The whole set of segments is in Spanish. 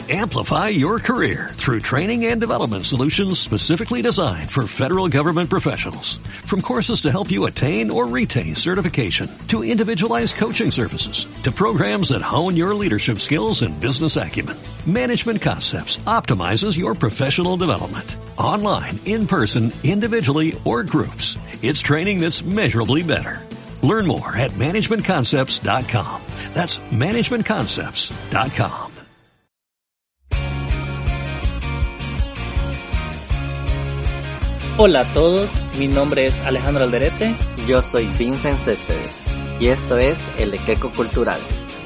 Amplify your career through training and development solutions specifically designed for federal government professionals. From courses to help you attain or retain certification, to individualized coaching services, to programs that hone your leadership skills and business acumen, Management Concepts optimizes your professional development. Online, in person, individually, or groups, it's training that's measurably better. Learn more at managementconcepts.com. That's managementconcepts.com. Hola a todos, mi nombre es Alejandro Alderete. Yo soy Vincent Céspedes y esto es el Equeco Cultural.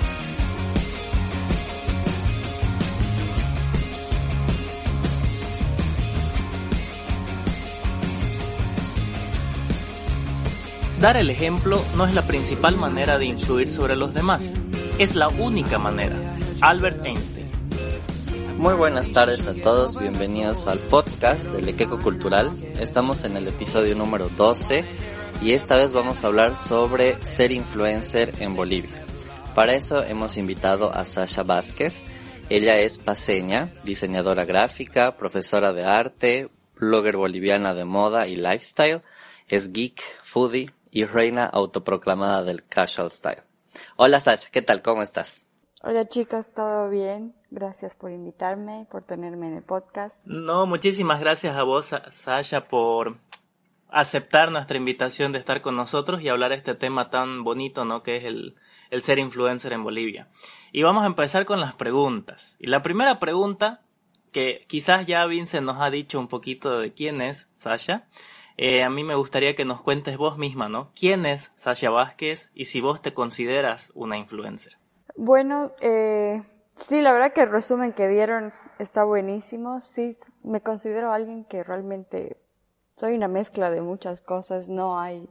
Dar el ejemplo no es la principal manera de influir sobre los demás, es la única manera. Albert Einstein. Muy buenas tardes a todos, bienvenidos al podcast del Equeco Cultural. Estamos en el episodio número 12 y esta vez vamos a hablar sobre ser influencer en Bolivia. Para eso hemos invitado a Sasha Vázquez. Ella es paceña, diseñadora gráfica, profesora de arte, blogger boliviana de moda y lifestyle, es geek, foodie y reina autoproclamada del casual style. Hola Sasha, ¿qué tal? ¿Cómo estás? Hola chicos, ¿todo bien? Gracias por invitarme, por tenerme en el podcast. No, muchísimas gracias a vos, Sasha, por aceptar nuestra invitación de estar con nosotros y hablar de este tema tan bonito, ¿no? Que es el ser influencer en Bolivia. Y vamos a empezar con las preguntas. Y la primera pregunta, que quizás ya Vincent nos ha dicho un poquito de quién es Sasha, a mí me gustaría que nos cuentes vos misma, ¿no? ¿Quién es Sasha Vázquez y si vos te consideras una influencer? Bueno, sí, la verdad que el resumen que dieron está buenísimo. Sí, me considero alguien que realmente soy una mezcla de muchas cosas. No hay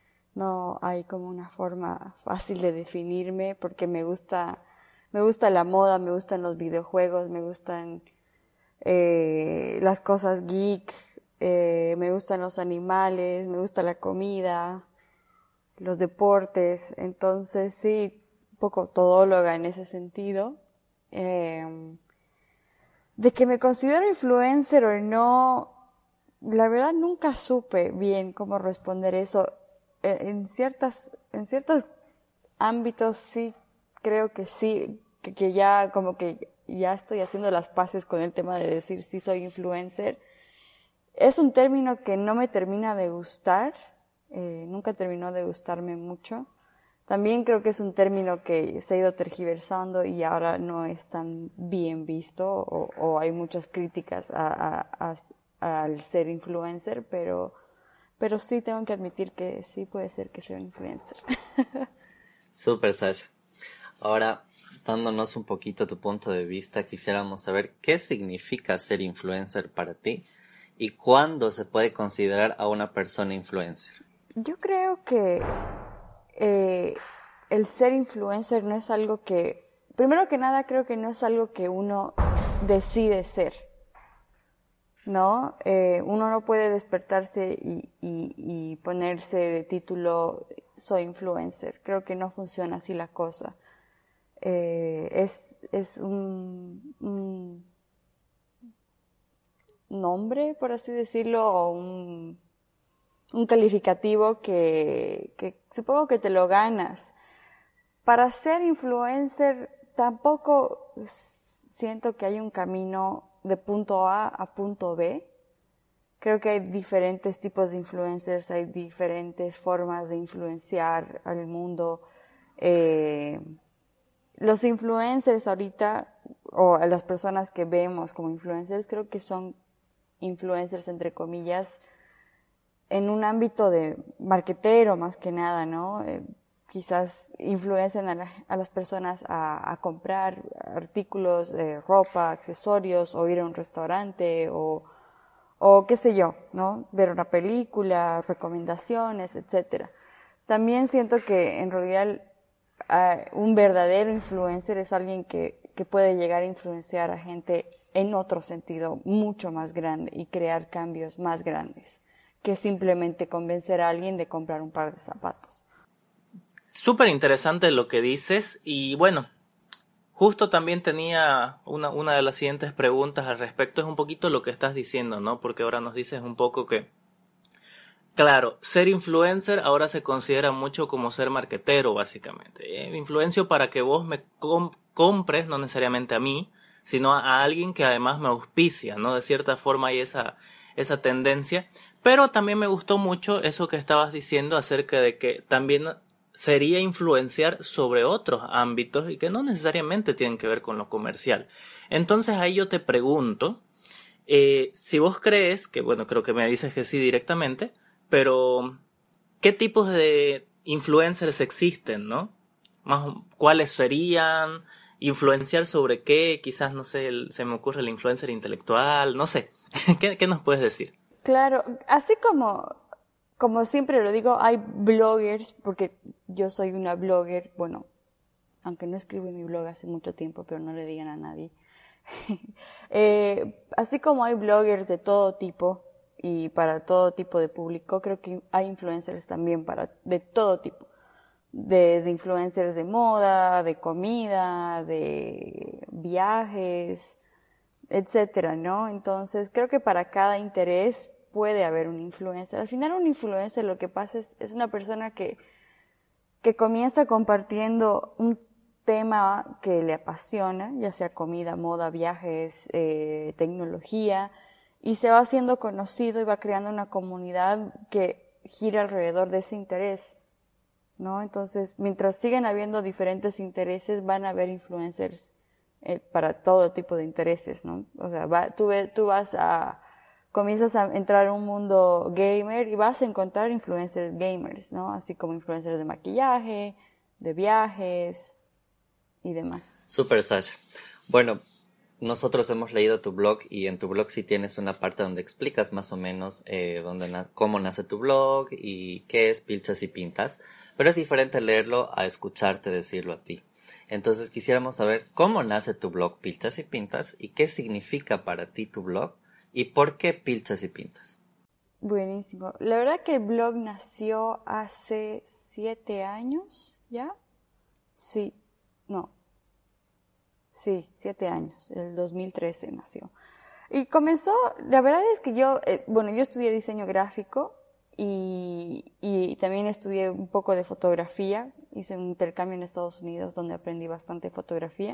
como una forma fácil de definirme porque me gusta la moda, me gustan los videojuegos, me gustan las cosas geek, me gustan los animales, me gusta la comida, los deportes. Entonces sí, poco todóloga en ese sentido. De que me considero influencer o no, la verdad nunca supe bien cómo responder eso. En ciertos ámbitos sí, creo que sí, que ya como que ya estoy haciendo las paces con el tema de decir sí soy influencer. Es un término que no me termina de gustar, nunca terminó de gustarme mucho. También creo que es un término que se ha ido tergiversando y ahora no es tan bien visto o hay muchas críticas al ser influencer, pero sí tengo que admitir que sí puede ser que sea un influencer. Súper, Sasha. Ahora, dándonos un poquito tu punto de vista, quisiéramos saber qué significa ser influencer para ti y cuándo se puede considerar a una persona influencer. Yo creo que el ser influencer no es algo que, primero que nada creo que no es algo que uno decide ser, ¿no? Uno no puede despertarse y ponerse de título soy influencer. Creo que no funciona así la cosa. Es un nombre, por así decirlo, o un calificativo que supongo que te lo ganas. Para ser influencer tampoco siento que hay un camino de punto A a punto B. Creo que hay diferentes tipos de influencers, hay diferentes formas de influenciar al mundo. Los influencers ahorita, o las personas que vemos como influencers, creo que son influencers entre comillas en un ámbito de marketero más que nada, ¿no? Quizás influencian a las personas a comprar artículos de ropa, accesorios, o ir a un restaurante, o qué sé yo, ¿no? Ver una película, recomendaciones, etcétera. También siento que en realidad un verdadero influencer es alguien que puede llegar a influenciar a gente en otro sentido mucho más grande y crear cambios más grandes que simplemente convencer a alguien de comprar un par de zapatos. Súper interesante lo que dices y bueno, justo también tenía una de las siguientes preguntas al respecto, es un poquito lo que estás diciendo, ¿no? Porque ahora nos dices un poco que, claro, ser influencer ahora se considera mucho como ser marketero, básicamente. Influencio para que vos me compres, no necesariamente a mí, sino a alguien que además me auspicia, ¿no? De cierta forma hay esa tendencia. Pero también me gustó mucho eso que estabas diciendo acerca de que también sería influenciar sobre otros ámbitos y que no necesariamente tienen que ver con lo comercial. Entonces ahí yo te pregunto, si vos crees, que bueno, creo que me dices que sí directamente, pero ¿qué tipos de influencers existen, no? ¿Cuáles serían? ¿Influenciar sobre qué? Quizás, no sé, se me ocurre el influencer intelectual, no sé. ¿Qué nos puedes decir? Claro, así como siempre lo digo, hay bloggers, porque yo soy una blogger, bueno, aunque no escribo en mi blog hace mucho tiempo, pero no le digan a nadie. Así como hay bloggers de todo tipo y para todo tipo de público, creo que hay influencers también de todo tipo. Desde influencers de moda, de comida, de viajes, etcétera, ¿no? Entonces, creo que para cada interés puede haber un influencer. Al final, un influencer lo que pasa es una persona que comienza compartiendo un tema que le apasiona, ya sea comida, moda, viajes, tecnología, y se va haciendo conocido y va creando una comunidad que gira alrededor de ese interés, ¿no? Entonces, mientras siguen habiendo diferentes intereses, van a haber influencers para todo tipo de intereses, ¿no? O sea, comienzas a entrar a un mundo gamer y vas a encontrar influencers gamers, ¿no? Así como influencers de maquillaje, de viajes y demás. Súper, Sasha. Bueno, nosotros hemos leído tu blog y en tu blog sí tienes una parte donde explicas más o menos cómo nace tu blog y qué es Pilchas y Pintas, pero es diferente leerlo a escucharte decirlo a ti. Entonces quisiéramos saber cómo nace tu blog Pilchas y Pintas y qué significa para ti tu blog y por qué Pilchas y Pintas. Buenísimo. La verdad que el blog nació hace 7 años, ¿ya? Sí, 7 años. El 2013 nació. Y comenzó, la verdad es que yo estudié diseño gráfico y también estudié un poco de fotografía. Hice un intercambio en Estados Unidos donde aprendí bastante fotografía.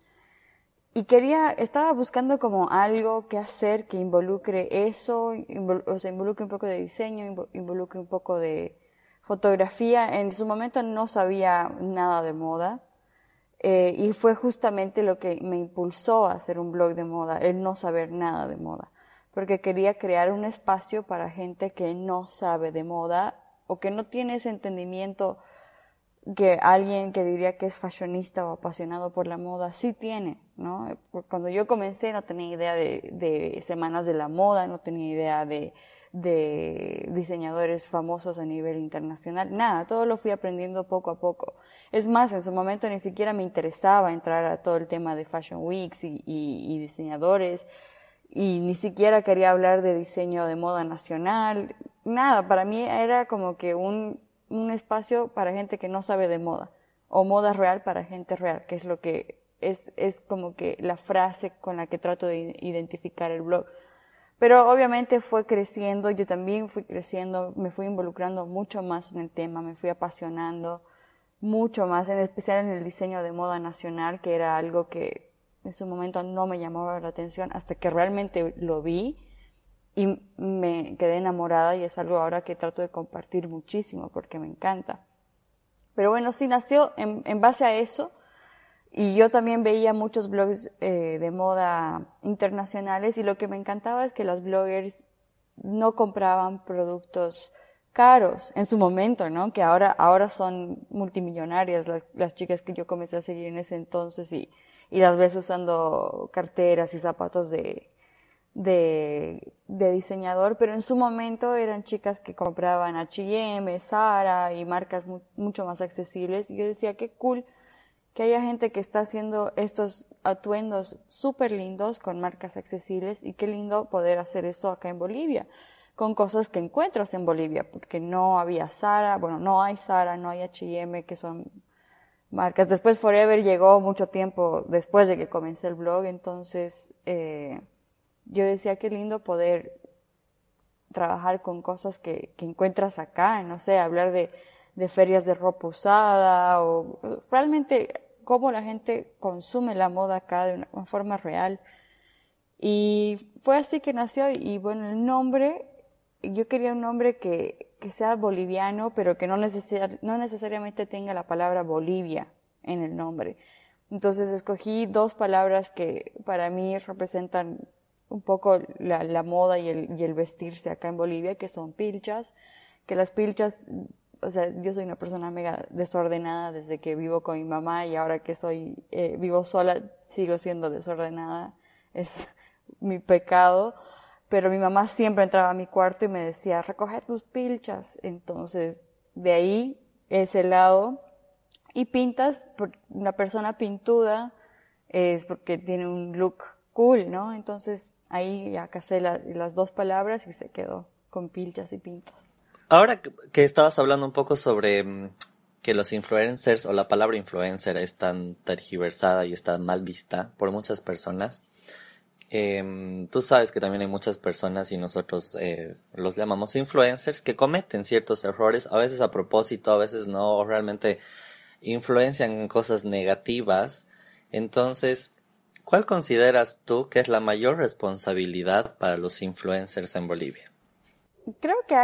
Y estaba buscando como algo que hacer que involucre eso, involucre un poco de diseño, involucre un poco de fotografía. En su momento no sabía nada de moda. Y fue justamente lo que me impulsó a hacer un blog de moda, el no saber nada de moda. Porque quería crear un espacio para gente que no sabe de moda o que no tiene ese entendimiento que alguien que diría que es fashionista o apasionado por la moda sí tiene, ¿no? Cuando yo comencé no tenía idea de semanas de la moda, no tenía idea de diseñadores famosos a nivel internacional, nada, todo lo fui aprendiendo poco a poco. Es más, en su momento ni siquiera me interesaba entrar a todo el tema de Fashion Weeks y diseñadores, y ni siquiera quería hablar de diseño de moda nacional, nada, para mí era como que un espacio para gente que no sabe de moda, o moda real para gente real, que es lo que es como que la frase con la que trato de identificar el blog. Pero obviamente fue creciendo, yo también fui creciendo, me fui involucrando mucho más en el tema, me fui apasionando mucho más, en especial en el diseño de moda nacional, que era algo que en su momento no me llamaba la atención hasta que realmente lo vi y me quedé enamorada, y es algo ahora que trato de compartir muchísimo porque me encanta. Pero bueno, sí nació en base a eso. Y yo también veía muchos blogs de moda internacionales, y lo que me encantaba es que las bloggers no compraban productos caros en su momento, ¿no? Que ahora son multimillonarias las chicas que yo comencé a seguir en ese entonces, y las ves usando carteras y zapatos de diseñador, pero en su momento eran chicas que compraban H&M, Zara y marcas mucho más accesibles, y yo decía, qué cool que haya gente que está haciendo estos atuendos súper lindos con marcas accesibles, y qué lindo poder hacer eso acá en Bolivia, con cosas que encuentras en Bolivia, porque no había Zara, no hay Zara, no hay H&M, que son marcas. Después Forever llegó mucho tiempo después de que comencé el blog, entonces yo decía qué lindo poder trabajar con cosas que encuentras acá, no sé, hablar de ferias de ropa usada o realmente cómo la gente consume la moda acá de una forma real. Y fue así que nació y bueno, el nombre, yo quería un nombre que sea boliviano, pero que no necesariamente tenga la palabra Bolivia en el nombre. Entonces escogí 2 palabras que para mí representan un poco la moda y el vestirse acá en Bolivia, que son pilchas, que las pilchas, o sea, yo soy una persona mega desordenada desde que vivo con mi mamá y ahora que vivo sola, sigo siendo desordenada, es mi pecado, pero mi mamá siempre entraba a mi cuarto y me decía, recoge tus pilchas, entonces de ahí ese lado, y pintas, una persona pintuda es porque tiene un look cool, ¿no? Entonces ahí ya casé las 2 palabras y se quedó con pilchas y pintas. Ahora que estabas hablando un poco sobre que los influencers o la palabra influencer es tan tergiversada y está mal vista por muchas personas, tú sabes que también hay muchas personas y nosotros los llamamos influencers que cometen ciertos errores, a veces a propósito, a veces no, o realmente influencian en cosas negativas. Entonces, ¿cuál consideras tú que es la mayor responsabilidad para los influencers en Bolivia? Creo que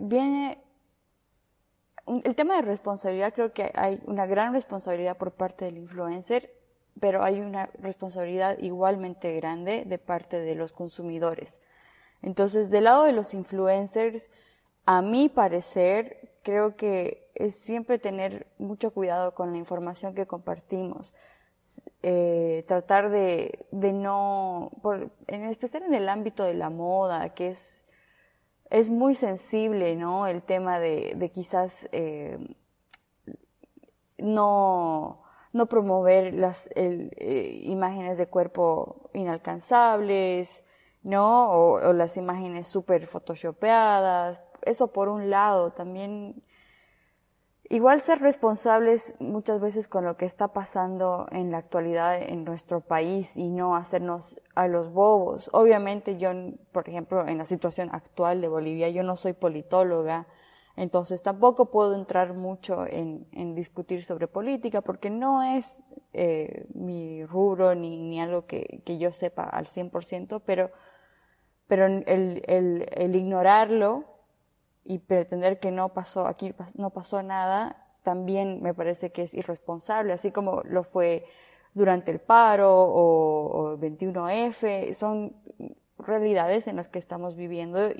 el tema de responsabilidad, creo que hay una gran responsabilidad por parte del influencer, pero hay una responsabilidad igualmente grande de parte de los consumidores. Entonces, del lado de los influencers, a mi parecer, creo que es siempre tener mucho cuidado con la información que compartimos. Tratar de no, en especial en el ámbito de la moda, que es muy sensible, ¿no? El tema de quizás no promover las imágenes de cuerpo inalcanzables, ¿no? O las imágenes súper photoshopeadas. Eso por un lado. También igual ser responsables muchas veces con lo que está pasando en la actualidad en nuestro país y no hacernos a los bobos. Obviamente yo, por ejemplo, en la situación actual de Bolivia, yo no soy politóloga, entonces tampoco puedo entrar mucho en discutir sobre política porque no es mi rubro ni algo que yo sepa al 100%, pero el ignorarlo y pretender que aquí no pasó nada, también me parece que es irresponsable, así como lo fue durante el paro o 21F, son realidades en las que estamos viviendo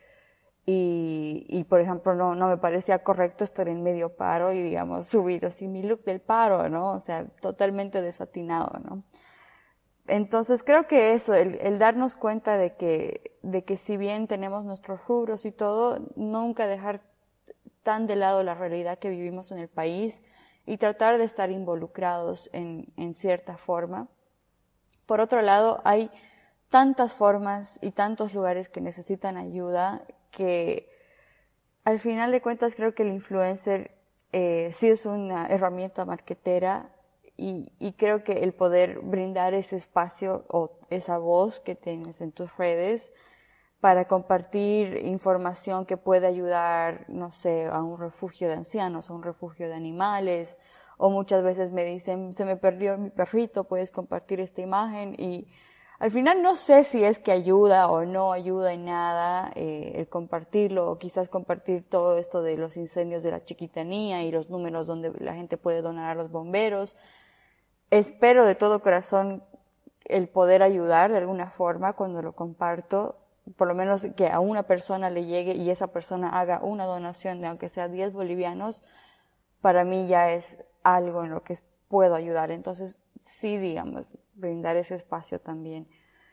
y por ejemplo, no me parecía correcto estar en medio paro y, digamos, subir así mi look del paro, ¿no? O sea, totalmente desatinado, ¿no? Entonces creo que eso, el darnos cuenta de que si bien tenemos nuestros rubros y todo, nunca dejar tan de lado la realidad que vivimos en el país y tratar de estar involucrados en cierta forma. Por otro lado, hay tantas formas y tantos lugares que necesitan ayuda que al final de cuentas creo que el influencer sí es una herramienta marketera. Y creo que el poder brindar ese espacio o esa voz que tienes en tus redes para compartir información que puede ayudar, no sé, a un refugio de ancianos, a un refugio de animales, o muchas veces me dicen, se me perdió mi perrito, puedes compartir esta imagen, y al final no sé si es que ayuda o no ayuda en nada el compartirlo, o quizás compartir todo esto de los incendios de la Chiquitanía y los números donde la gente puede donar a los bomberos. Espero de todo corazón el poder ayudar de alguna forma cuando lo comparto, por lo menos que a una persona le llegue y esa persona haga una donación de aunque sea 10 bolivianos, para mí ya es algo en lo que puedo ayudar. Entonces, sí, digamos, brindar ese espacio también.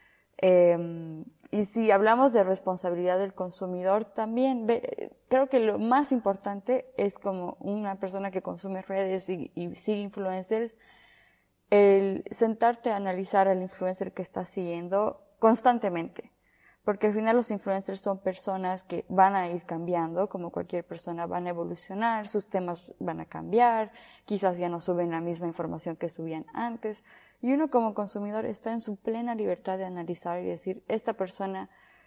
Y si hablamos de responsabilidad del consumidor, también creo que lo más importante es como una persona que consume redes y sigue influencers, el sentarte a analizar al influencer que estás siguiendo constantemente. Porque al final los influencers son personas que van a ir cambiando, como cualquier persona van a evolucionar, sus temas van a cambiar, quizás ya no suben la misma información que subían antes. Y uno como consumidor está en su plena libertad de analizar y decir, esta persona,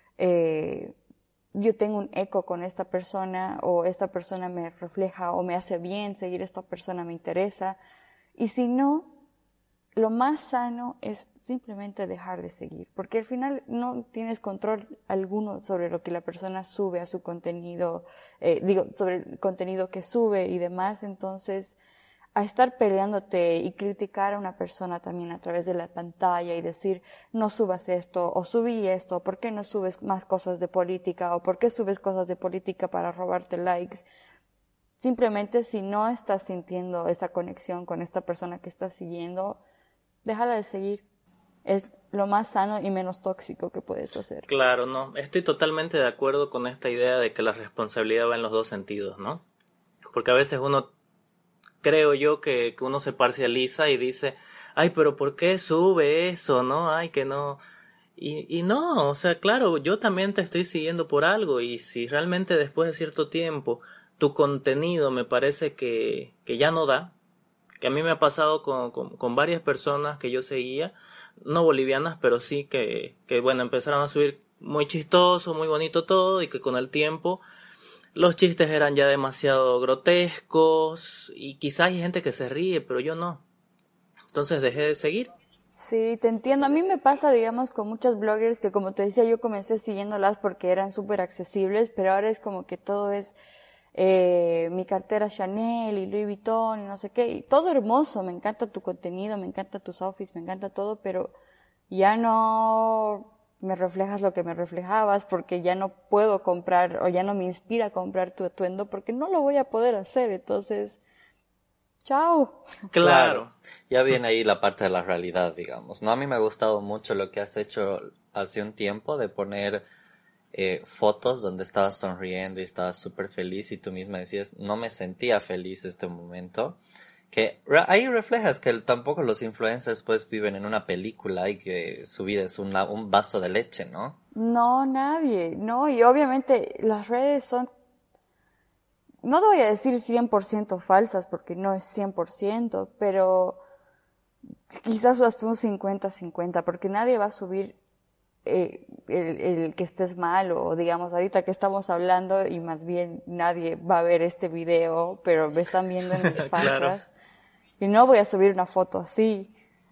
yo tengo un eco con esta persona, o esta persona me refleja o me hace bien seguir esta persona, me interesa. Y si no, lo más sano es simplemente dejar de seguir, porque al final no tienes control alguno sobre lo que la persona sube a su contenido, sobre el contenido que sube y demás. Entonces, a estar peleándote y criticar a una persona también a través de la pantalla y decir, no subas esto, o subí esto, ¿por qué no subes más cosas de política? O ¿por qué subes cosas de política para robarte likes? Simplemente si no estás sintiendo esa conexión con esta persona que estás siguiendo, déjala de seguir. Es lo más sano y menos tóxico que puedes hacer. Claro, no, estoy totalmente de acuerdo con esta idea de que la responsabilidad va en los dos sentidos, ¿no? Porque a veces creo yo que uno se parcializa y dice, ay, pero ¿por qué sube eso, no? Ay, que no. Y no, o sea, claro, yo también te estoy siguiendo por algo, y si realmente después de cierto tiempo tu contenido me parece que ya no da, que a mí me ha pasado con varias personas que yo seguía, no bolivianas, pero sí que bueno, empezaron a subir muy chistoso, muy bonito todo, y que con el tiempo los chistes eran ya demasiado grotescos, y quizás hay gente que se ríe, pero yo no. Entonces dejé de seguir. Sí, te entiendo. A mí me pasa, digamos, con muchas bloggers que, como te decía, yo comencé siguiéndolas porque eran súper accesibles, pero ahora es como que todo es mi cartera Chanel y Louis Vuitton y no sé qué, y todo hermoso, me encanta tu contenido, me encanta tus outfits, me encanta todo, pero ya no me reflejas lo que me reflejabas, porque ya no puedo comprar, o ya no me inspira a comprar tu atuendo, porque no lo voy a poder hacer. Entonces, chao. Claro. Ya viene ahí la parte de la realidad, digamos, ¿no? A mí me ha gustado mucho lo que has hecho hace un tiempo de poner fotos donde estabas sonriendo y estabas súper feliz, y tú misma decías, no me sentía feliz este momento, que ahí reflejas que tampoco los influencers pues viven en una película y que su vida es un vaso de leche, ¿no? No, nadie, no, y obviamente las redes son, no te voy a decir 100% falsas, porque no es 100%, pero quizás hasta un 50-50, porque nadie va a subir el que estés mal, o digamos ahorita que estamos hablando y más bien nadie va a ver este video, pero me están viendo en mis fachas. Claro. Y no voy a subir una foto así,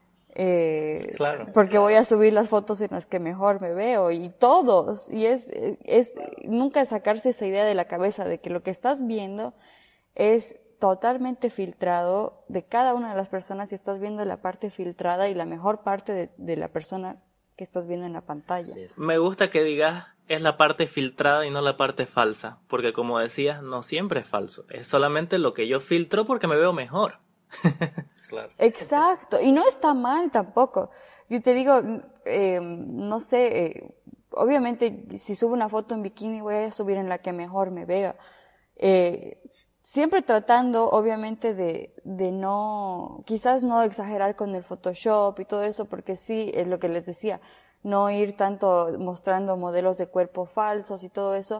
claro, porque voy a subir las fotos en las que mejor me veo, y todos, y es nunca sacarse esa idea de la cabeza de que lo que estás viendo es totalmente filtrado de cada una de las personas, y estás viendo la parte filtrada y la mejor parte de la persona que estás viendo en la pantalla. Me gusta que digas es la parte filtrada y no la parte falsa, porque como decías, no siempre es falso, es solamente lo que yo filtro porque me veo mejor. Claro. Exacto, y no está mal tampoco. Yo te digo, no sé, obviamente si subo una foto en bikini voy a subir en la que mejor me vea. Siempre tratando, obviamente, de no, quizás no exagerar con el Photoshop y todo eso, porque sí, es lo que les decía, no ir tanto mostrando modelos de cuerpo falsos y todo eso,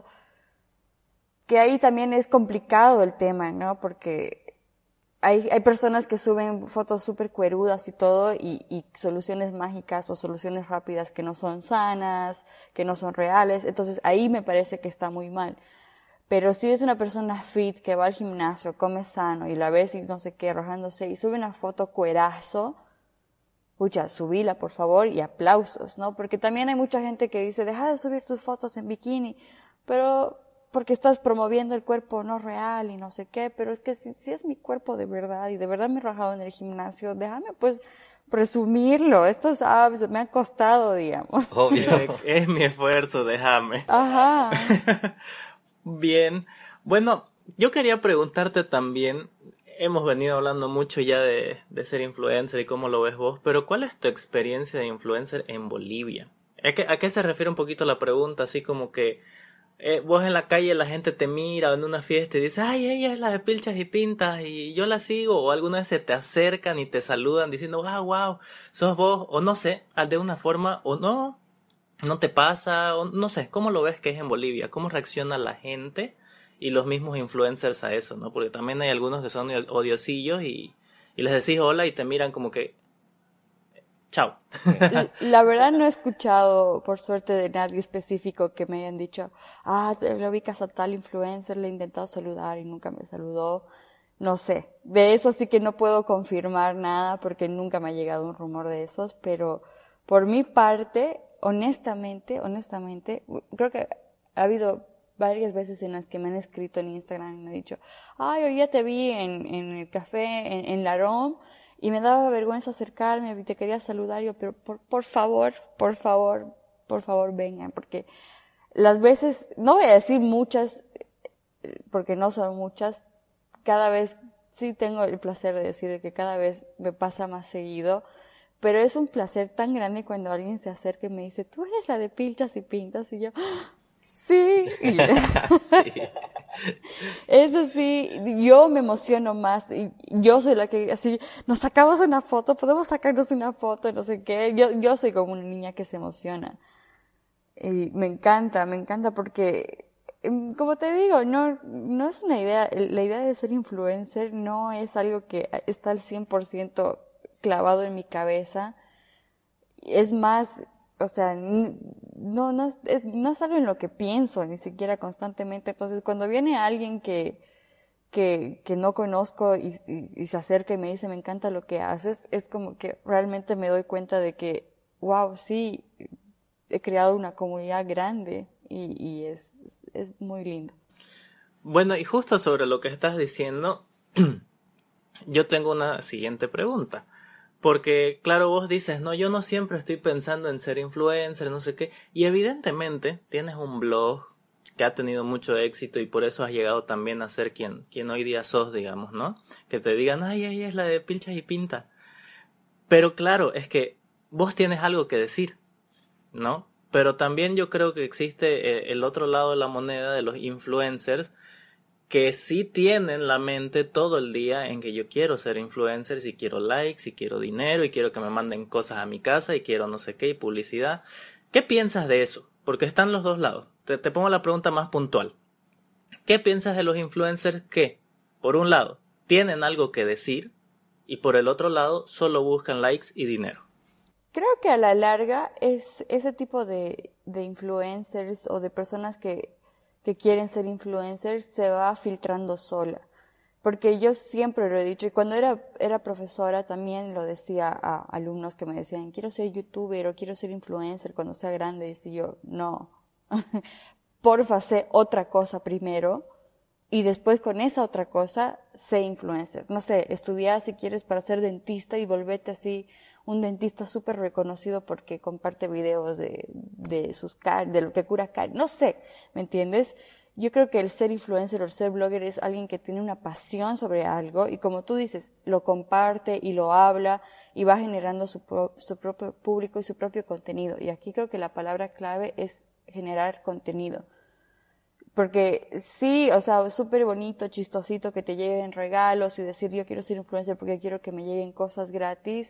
que ahí también es complicado el tema, ¿no? Porque hay personas que suben fotos súper cuerudas y todo, y soluciones mágicas o soluciones rápidas que no son sanas, que no son reales. Entonces ahí me parece que está muy mal. Pero si es una persona fit, que va al gimnasio, come sano, y la ves y no sé qué, arrojándose, y sube una foto cuerazo, pucha, subila, por favor, y aplausos, ¿no? Porque también hay mucha gente que dice, deja de subir tus fotos en bikini, pero porque estás promoviendo el cuerpo no real y no sé qué, pero es que si es mi cuerpo de verdad, y de verdad me he rajado en el gimnasio, déjame pues presumirlo. Esto me ha costado, digamos. Obvio. Es mi esfuerzo, déjame. Ajá. Bien. Bueno, yo quería preguntarte también, hemos venido hablando mucho ya de ser influencer y cómo lo ves vos, pero ¿cuál es tu experiencia de influencer en Bolivia? ¿A qué se refiere un poquito la pregunta? Así como que vos en la calle la gente te mira, o en una fiesta y dice, ay, ella es la de Pilchas y Pintas y yo la sigo, o alguna vez se te acercan y te saludan diciendo, wow, sos vos, o no sé, de una forma o no, ¿No te pasa? O no sé, ¿cómo lo ves que es en Bolivia? ¿Cómo reacciona la gente y los mismos influencers a eso, ¿no? Porque también hay algunos que son odiosillos y les decís hola y te miran como que, chao. La verdad no he escuchado, por suerte, de nadie específico que me hayan dicho, le ubicas a tal influencer, le he intentado saludar y nunca me saludó. No sé, de eso sí que no puedo confirmar nada porque nunca me ha llegado un rumor de esos, pero por mi parte, honestamente, creo que ha habido varias veces en las que me han escrito en Instagram y me han dicho, hoy ya te vi en el café, en la ROM, y me daba vergüenza acercarme y te quería saludar, yo, pero por favor, vengan, porque las veces, no voy a decir muchas, porque no son muchas, cada vez sí tengo el placer de decir que cada vez me pasa más seguido, pero es un placer tan grande cuando alguien se acerca y me dice, tú eres la de Pilchas y Pintas, y yo, sí. Sí. Eso sí, yo me emociono más y yo soy la que así, nos sacamos una foto, podemos sacarnos una foto, no sé qué. Yo soy como una niña que se emociona. Y me encanta porque, como te digo, no es una idea, la idea de ser influencer no es algo que está al 100% clavado en mi cabeza. Es más, o sea, no es algo en lo que pienso, ni siquiera constantemente. Entonces, cuando viene alguien que no conozco y se acerca y me dice, me encanta lo que haces, es como que realmente me doy cuenta de que, wow, sí, he creado una comunidad grande y es muy lindo. Bueno, y justo sobre lo que estás diciendo, yo tengo una siguiente pregunta. Porque, claro, vos dices, no, yo no siempre estoy pensando en ser influencer, no sé qué. Y evidentemente tienes un blog que ha tenido mucho éxito y por eso has llegado también a ser quien hoy día sos, digamos, ¿no? Que te digan, ay, es la de Pilchas y Pinta. Pero claro, es que vos tienes algo que decir, ¿no? Pero también yo creo que existe el otro lado de la moneda de los influencers que sí tienen la mente todo el día en que yo quiero ser influencer, si quiero likes, si quiero dinero y quiero que me manden cosas a mi casa y quiero no sé qué y publicidad. ¿Qué piensas de eso? Porque están los dos lados. Te pongo la pregunta más puntual. ¿Qué piensas de los influencers que, por un lado, tienen algo que decir y por el otro lado, solo buscan likes y dinero? Creo que a la larga es ese tipo de influencers o de personas que quieren ser influencers se va filtrando sola. Porque yo siempre lo he dicho, y cuando era profesora también lo decía a alumnos que me decían, quiero ser youtuber o quiero ser influencer cuando sea grande. Y decía yo, no, porfa, sé otra cosa primero y después con esa otra cosa sé influencer. No sé, estudiar si quieres para ser dentista y volvete así un dentista súper reconocido porque comparte videos de sus de lo que cura caries. No sé, ¿me entiendes? Yo creo que el ser influencer o el ser blogger es alguien que tiene una pasión sobre algo y como tú dices, lo comparte y lo habla y va generando su propio público y su propio contenido. Y aquí creo que la palabra clave es generar contenido. Porque sí, o sea, súper bonito, chistosito que te lleguen regalos y decir yo quiero ser influencer porque quiero que me lleguen cosas gratis.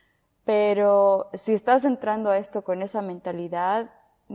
Pero si estás entrando a esto con esa mentalidad,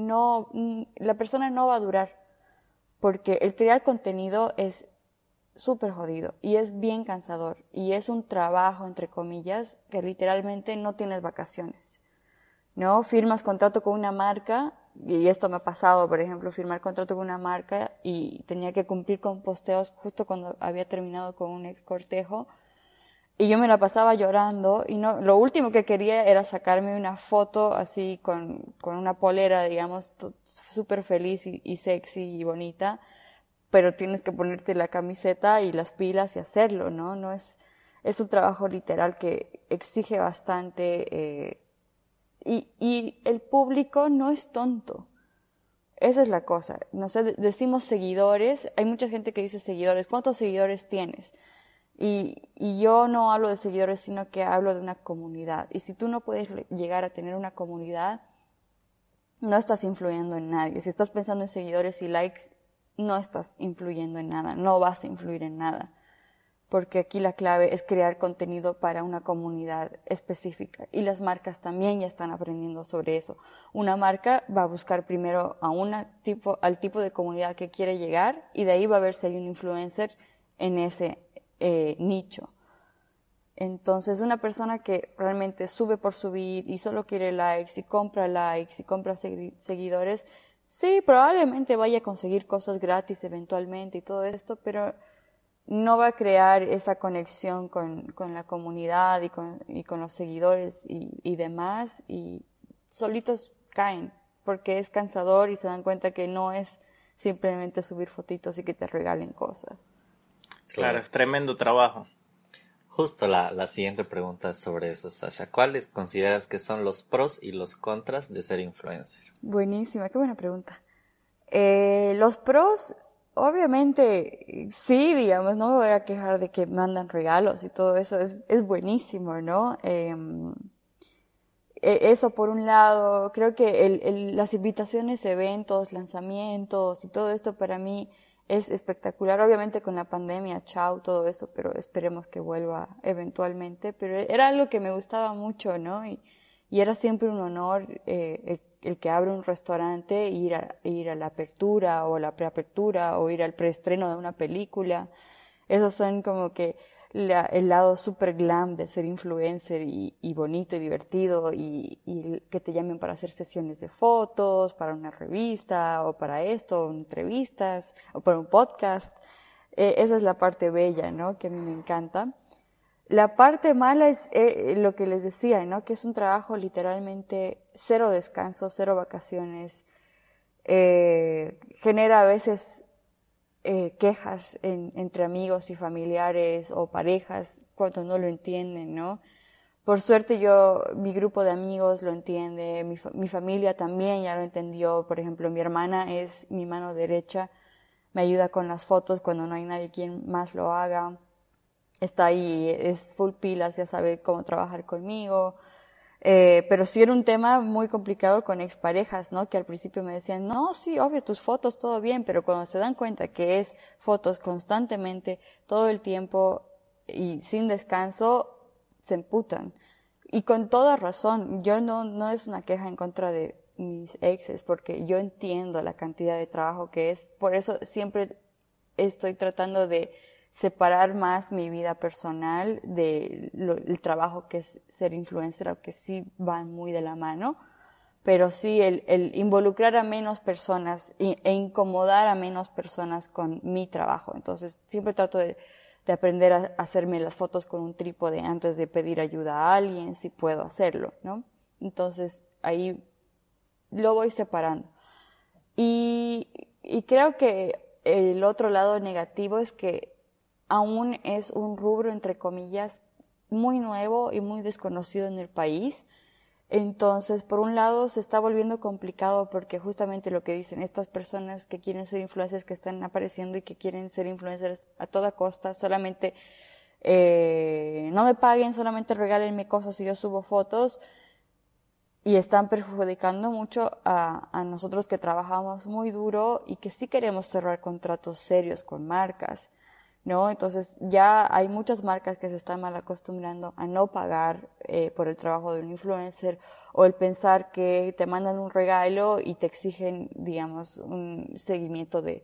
la persona no va a durar. Porque el crear contenido es súper jodido y es bien cansador y es un trabajo, entre comillas, que literalmente no tienes vacaciones, ¿no? Firmas contrato con una marca y esto me ha pasado, por ejemplo, firmar contrato con una marca y tenía que cumplir con posteos justo cuando había terminado con un ex cortejo y yo me la pasaba llorando y no, lo último que quería era sacarme una foto así con una polera, digamos, súper feliz y sexy y bonita, pero tienes que ponerte la camiseta y las pilas y hacerlo, ¿no? No es un trabajo literal que exige bastante, y el público no es tonto. Esa es la cosa. No sé, decimos seguidores, hay mucha gente que dice seguidores. ¿Cuántos seguidores tienes? Y yo no hablo de seguidores, sino que hablo de una comunidad. Y si tú no puedes llegar a tener una comunidad, no estás influyendo en nadie. Si estás pensando en seguidores y likes, no estás influyendo en nada. No vas a influir en nada. porque aquí la clave es crear contenido para una comunidad específica y las marcas también ya están aprendiendo sobre eso. Una marca va a buscar primero al tipo de comunidad que quiere llegar y de ahí va a ver si hay un influencer en ese nicho. Entonces, una persona que realmente sube por subir y solo quiere likes y compra seguidores, sí, probablemente vaya a conseguir cosas gratis eventualmente y todo esto, pero no va a crear esa conexión con la comunidad y con los seguidores y demás, y solitos caen, porque es cansador y se dan cuenta que no es simplemente subir fotitos y que te regalen cosas. Claro, es tremendo trabajo. Justo la siguiente pregunta es sobre eso, Sasha. ¿Cuáles consideras que son los pros y los contras de ser influencer? Buenísima, qué buena pregunta. Los pros, obviamente, sí, digamos, no me voy a quejar de que mandan regalos y todo eso, es buenísimo, ¿no? Eso por un lado, creo que las invitaciones, eventos, lanzamientos y todo esto para mí es espectacular. Obviamente con la pandemia, chao, todo eso, pero esperemos que vuelva eventualmente. Pero era algo que me gustaba mucho, ¿no? Y era siempre un honor el que abre un restaurante, ir a la apertura o la preapertura o ir al preestreno de una película. Esos son como que el lado super glam de ser influencer y bonito y divertido y que te llamen para hacer sesiones de fotos, para una revista o para esto, o entrevistas o para un podcast. Esa es la parte bella, ¿no? Que a mí me encanta. La parte mala es lo que les decía, ¿no? Que es un trabajo literalmente cero descanso, cero vacaciones. Genera a veces quejas entre amigos y familiares o parejas cuando no lo entienden, ¿no? Por suerte mi grupo de amigos lo entiende, mi familia también ya lo entendió. Por ejemplo, mi hermana es mi mano derecha, me ayuda con las fotos cuando no hay nadie quien más lo haga. Está ahí, es full pilas, ya sabe cómo trabajar conmigo. Pero sí era un tema muy complicado con exparejas, ¿no? Que al principio me decían, no, sí, obvio, tus fotos, todo bien, pero cuando se dan cuenta que es fotos constantemente, todo el tiempo y sin descanso, se emputan. Y con toda razón, yo no es una queja en contra de mis exes, porque yo entiendo la cantidad de trabajo que es, por eso siempre estoy tratando de separar más mi vida personal el trabajo que es ser influencer, aunque sí van muy de la mano, pero sí el involucrar a menos personas e incomodar a menos personas con mi trabajo. Entonces siempre trato de aprender a hacerme las fotos con un trípode antes de pedir ayuda a alguien, si puedo hacerlo, ¿no? Entonces ahí lo voy separando. Y creo que el otro lado negativo es que aún es un rubro, entre comillas, muy nuevo y muy desconocido en el país. Entonces, por un lado, se está volviendo complicado porque justamente lo que dicen estas personas que quieren ser influencers, que están apareciendo y que quieren ser influencers a toda costa, solamente no me paguen, solamente regálenme cosas y yo subo fotos, y están perjudicando mucho a nosotros que trabajamos muy duro y que sí queremos cerrar contratos serios con marcas, ¿no? Entonces ya hay muchas marcas que se están mal acostumbrando a no pagar por el trabajo de un influencer, o el pensar que te mandan un regalo y te exigen, digamos, un seguimiento de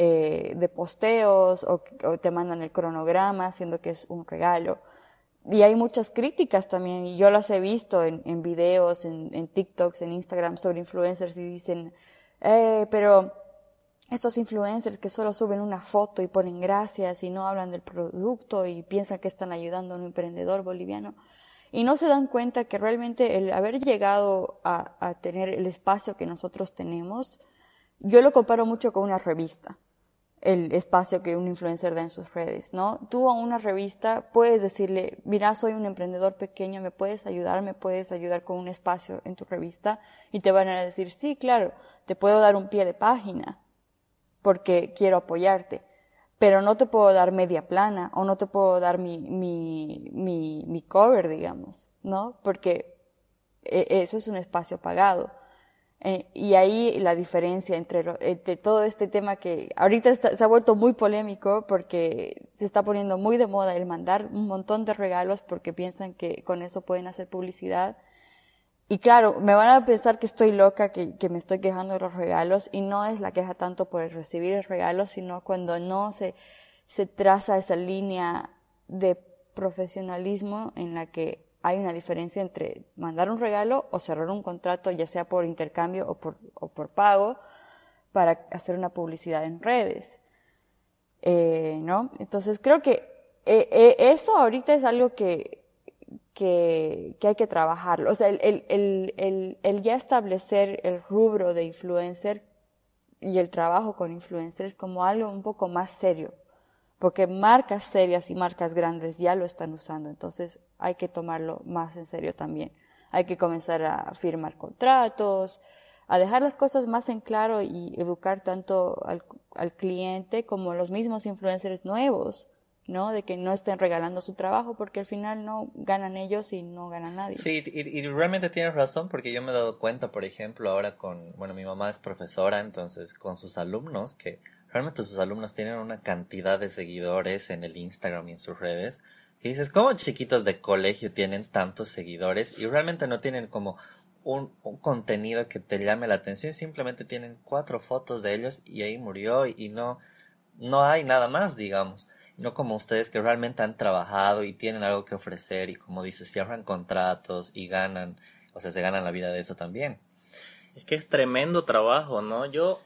posteos, o te mandan el cronograma siendo que es un regalo. Y hay muchas críticas también, y yo las he visto en videos, en TikToks, en Instagram sobre influencers, y dicen, pero estos influencers que solo suben una foto y ponen gracias y no hablan del producto y piensan que están ayudando a un emprendedor boliviano, y no se dan cuenta que realmente el haber llegado a tener el espacio que nosotros tenemos, yo lo comparo mucho con una revista, el espacio que un influencer da en sus redes, ¿no? Tú a una revista puedes decirle, mira, soy un emprendedor pequeño, me puedes ayudar con un espacio en tu revista, y te van a decir, sí, claro, te puedo dar un pie de página porque quiero apoyarte, pero no te puedo dar media plana, o no te puedo dar mi cover, digamos, ¿no? Porque eso es un espacio pagado. Y ahí la diferencia entre todo este tema que ahorita se ha vuelto muy polémico porque se está poniendo muy de moda el mandar un montón de regalos porque piensan que con eso pueden hacer publicidad. Y claro, me van a pensar que estoy loca, que me estoy quejando de los regalos, y no es la queja tanto por el recibir el regalo, sino cuando no se traza esa línea de profesionalismo en la que hay una diferencia entre mandar un regalo o cerrar un contrato, ya sea por intercambio o por pago, para hacer una publicidad en redes. ¿No? Entonces creo que eso ahorita es algo que hay que trabajarlo. O sea, el ya establecer el rubro de influencer y el trabajo con influencers como algo un poco más serio. Porque marcas serias y marcas grandes ya lo están usando, entonces hay que tomarlo más en serio también. Hay que comenzar a firmar contratos, a dejar las cosas más en claro y educar tanto al cliente como los mismos influencers nuevos, ¿no? De que no estén regalando su trabajo porque al final no ganan ellos y no gana nadie. Sí, y realmente tienes razón porque yo me he dado cuenta, por ejemplo, ahora mi mamá es profesora, entonces con sus alumnos que realmente sus alumnos tienen una cantidad de seguidores en el Instagram y en sus redes, que dices, ¿cómo chiquitos de colegio tienen tantos seguidores? Y realmente no tienen como un contenido que te llame la atención, simplemente tienen 4 fotos de ellos y ahí murió y no hay nada más, digamos. No como ustedes que realmente han trabajado y tienen algo que ofrecer y como dices, cierran contratos y ganan, o sea, se ganan la vida de eso también. Es que es tremendo trabajo, ¿no?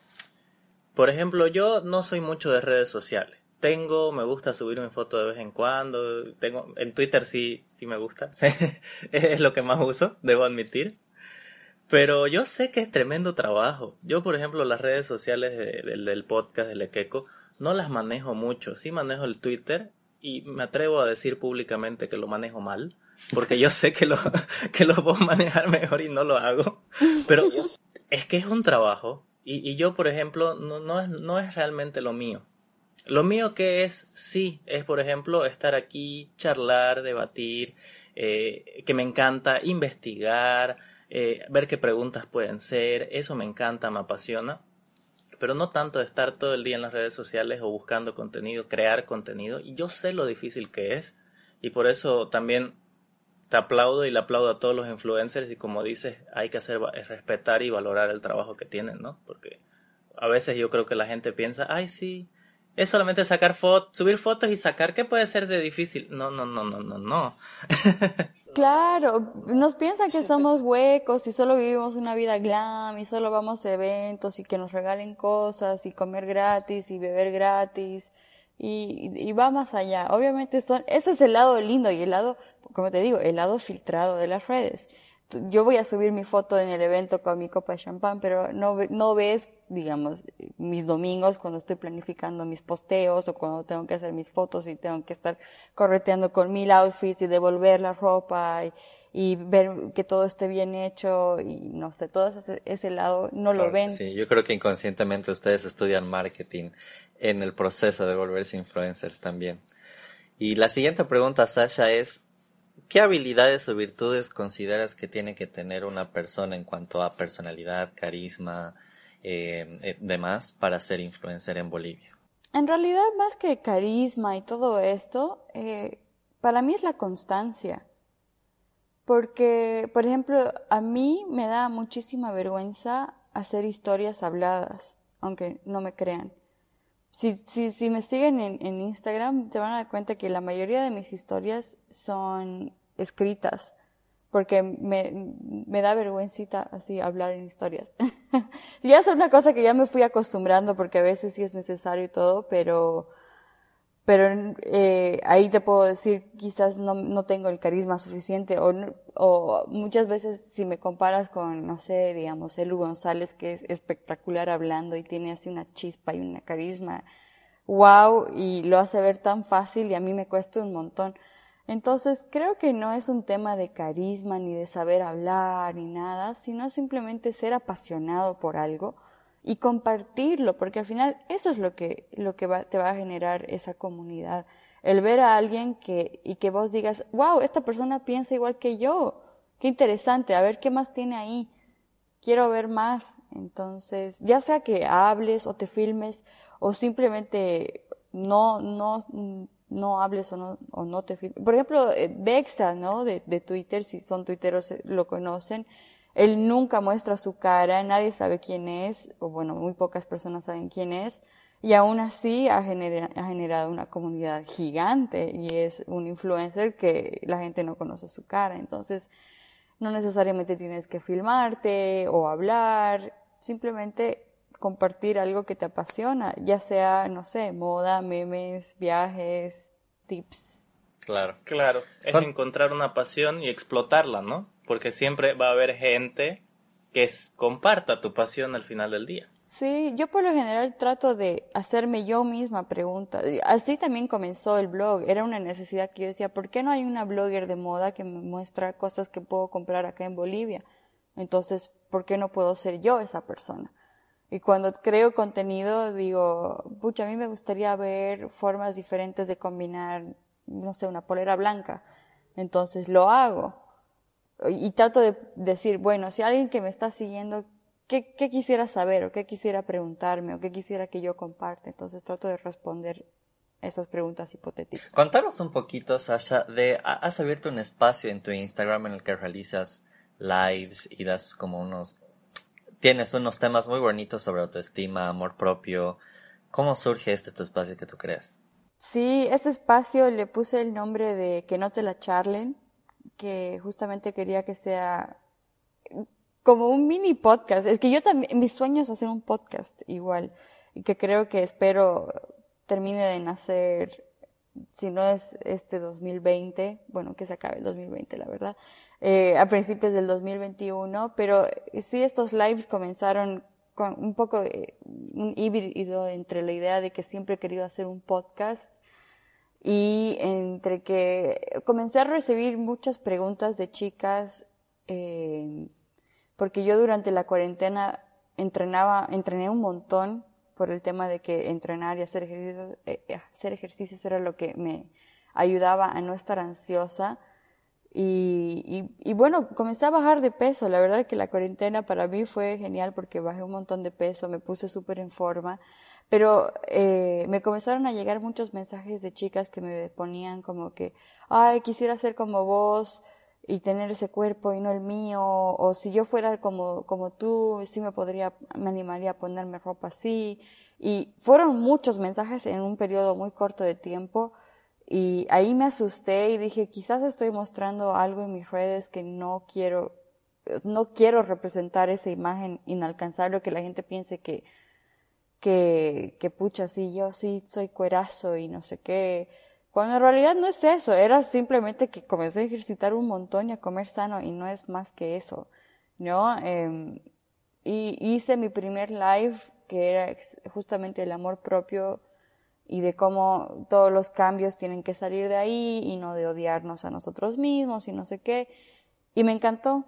Por ejemplo, yo no soy mucho de redes sociales. Me gusta subir mi foto de vez en cuando. En Twitter sí me gusta. Es lo que más uso, debo admitir. Pero yo sé que es tremendo trabajo. Yo, por ejemplo, las redes sociales del podcast de Lequeco no las manejo mucho. Sí manejo el Twitter y me atrevo a decir públicamente que lo manejo mal. Porque yo sé que lo puedo manejar mejor y no lo hago. Pero es que es un trabajo. Y yo, por ejemplo, no es realmente lo mío. Lo mío que es, sí, es por ejemplo estar aquí, charlar, debatir, que me encanta investigar, ver qué preguntas pueden ser, eso me encanta, me apasiona. Pero no tanto de estar todo el día en las redes sociales o buscando contenido, crear contenido. Y yo sé lo difícil que es. Y por eso también te aplaudo y le aplaudo a todos los influencers y como dices, hay que respetar y valorar el trabajo que tienen, ¿no? Porque a veces yo creo que la gente piensa, ay sí, es solamente subir fotos y sacar, ¿qué puede ser de difícil? No. Claro, nos piensan que somos huecos y solo vivimos una vida glam y solo vamos a eventos y que nos regalen cosas y comer gratis y beber gratis y va más allá. Obviamente eso es el lado lindo y el lado, como te digo, el lado filtrado de las redes. Yo voy a subir mi foto en el evento con mi copa de champán, pero no ves, digamos, mis domingos cuando estoy planificando mis posteos o cuando tengo que hacer mis fotos y tengo que estar correteando con 1000 outfits y devolver la ropa y ver que todo esté bien hecho y no sé, todo ese lado no Claro, lo ven. Sí, yo creo que inconscientemente ustedes estudian marketing en el proceso de volverse influencers también. Y la siguiente pregunta, Sasha, es ¿qué habilidades o virtudes consideras que tiene que tener una persona en cuanto a personalidad, carisma, demás para ser influencer en Bolivia? En realidad, más que carisma y todo esto, para mí es la constancia. Porque, por ejemplo, a mí me da muchísima vergüenza hacer historias habladas, aunque no me crean. Si me siguen en Instagram, te van a dar cuenta que la mayoría de mis historias son escritas, porque me da vergüencita así hablar en historias. Ya es una cosa que ya me fui acostumbrando porque a veces sí es necesario y todo, pero ahí te puedo decir quizás no tengo el carisma suficiente o muchas veces si me comparas con, no sé, digamos, Elu González, que es espectacular hablando y tiene así una chispa y una carisma, wow, y lo hace ver tan fácil y a mí me cuesta un montón. Entonces creo que no es un tema de carisma ni de saber hablar ni nada, sino simplemente ser apasionado por algo y compartirlo, porque al final eso es lo que te va a generar esa comunidad. El ver a alguien y que vos digas, wow, esta persona piensa igual que yo, qué interesante, a ver qué más tiene ahí. quiero ver más. Entonces, ya sea que hables o te filmes o simplemente no hables o no te filmes. Por ejemplo, Dexa, ¿no? De Twitter, si son tuiteros lo conocen. Él nunca muestra su cara, nadie sabe quién es, o bueno, muy pocas personas saben quién es, y aún así ha generado una comunidad gigante, y es un influencer que la gente no conoce su cara. Entonces, no necesariamente tienes que filmarte o hablar, simplemente compartir algo que te apasiona, ya sea, no sé, moda, memes, viajes, tips. Claro. Claro, es encontrar una pasión y explotarla, ¿no? Porque siempre va a haber gente que comparta tu pasión al final del día. Sí, yo por lo general trato de hacerme yo misma preguntas. Así también comenzó el blog. Era una necesidad que yo decía, ¿por qué no hay una blogger de moda que me muestra cosas que puedo comprar acá en Bolivia? Entonces, ¿por qué no puedo ser yo esa persona? Y cuando creo contenido, digo, pucha, a mí me gustaría ver formas diferentes de combinar, no sé, una polera blanca. Entonces lo hago. Y trato de decir, bueno, si alguien que me está siguiendo, ¿qué quisiera saber o qué quisiera preguntarme o qué quisiera que yo comparte? Entonces trato de responder esas preguntas hipotéticas. Contanos un poquito, Sasha, has abierto un espacio en tu Instagram en el que realizas lives y das tienes unos temas muy bonitos sobre autoestima, amor propio. ¿Cómo surge tu espacio que tú creas? Sí, ese espacio le puse el nombre de Que no te la charlen, que justamente quería que sea como un mini podcast. Es que yo también, mi sueño es hacer un podcast igual, y que espero termine de nacer, si no es 2020, bueno, que se acabe el 2020, la verdad, a principios del 2021, pero sí, estos lives comenzaron con un poco un híbrido entre la idea de que siempre he querido hacer un podcast y entre que comencé a recibir muchas preguntas de chicas, porque yo durante la cuarentena entrené un montón por el tema de que entrenar y hacer ejercicios era lo que me ayudaba a no estar ansiosa. Y bueno, comencé a bajar de peso. La verdad es que la cuarentena para mí fue genial porque bajé un montón de peso, me puse súper en forma. Pero me comenzaron a llegar muchos mensajes de chicas que me ponían como que, ay, quisiera ser como vos y tener ese cuerpo y no el mío, o si yo fuera como tú, sí me animaría a ponerme ropa así. Y fueron muchos mensajes en un periodo muy corto de tiempo. Y ahí me asusté y dije, quizás estoy mostrando algo en mis redes que no quiero representar esa imagen inalcanzable, que la gente piense que pucha, sí, yo sí soy cuerazo y no sé qué. Cuando en realidad no es eso, era simplemente que comencé a ejercitar un montón y a comer sano y no es más que eso, ¿no? Y hice mi primer live que era justamente el amor propio y de cómo todos los cambios tienen que salir de ahí y no de odiarnos a nosotros mismos y no sé qué. Y me encantó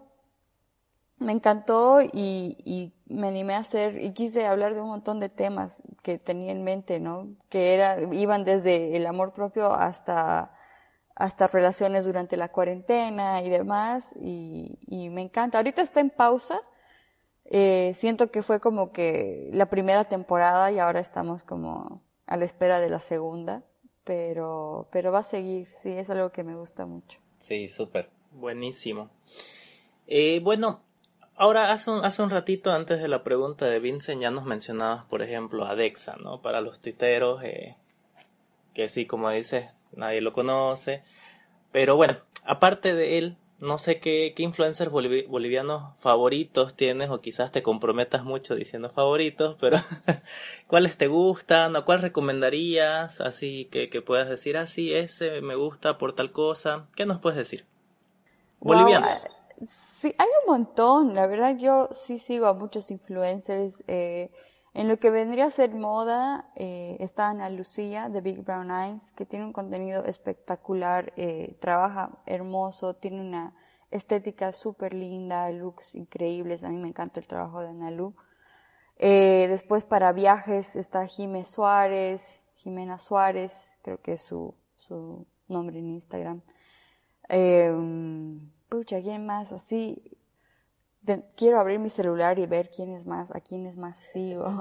y me animé a hacer y quise hablar de un montón de temas que tenía en mente, ¿no? Iban desde el amor propio hasta relaciones durante la cuarentena y demás y me encanta. Ahorita está en pausa. Siento que fue como que la primera temporada y ahora estamos como a la espera de la segunda, pero va a seguir, sí, es algo que me gusta mucho. Sí, súper. Buenísimo. Bueno, ahora hace un ratito antes de la pregunta de Vincent ya nos mencionabas, por ejemplo, a Dexa, ¿no? Para los tuiteros, que sí, como dices, nadie lo conoce. Pero bueno, aparte de él, no sé qué influencers bolivianos favoritos tienes, o quizás te comprometas mucho diciendo favoritos, pero ¿cuáles te gustan o cuál recomendarías? Así que puedas decir, sí, ese me gusta por tal cosa. ¿Qué nos puedes decir? Bolivianos. Wow, sí, hay un montón. La verdad, yo sí sigo a muchos influencers. En lo que vendría a ser moda, está Ana Lucía de Big Brown Eyes, que tiene un contenido espectacular, trabaja hermoso, tiene una estética súper linda, looks increíbles. A mí me encanta el trabajo de Ana Lu. Después para viajes está Jimena Suárez, creo que es su nombre en Instagram. Pucha, ¿quién más? Así, quiero abrir mi celular y ver a quiénes más sigo.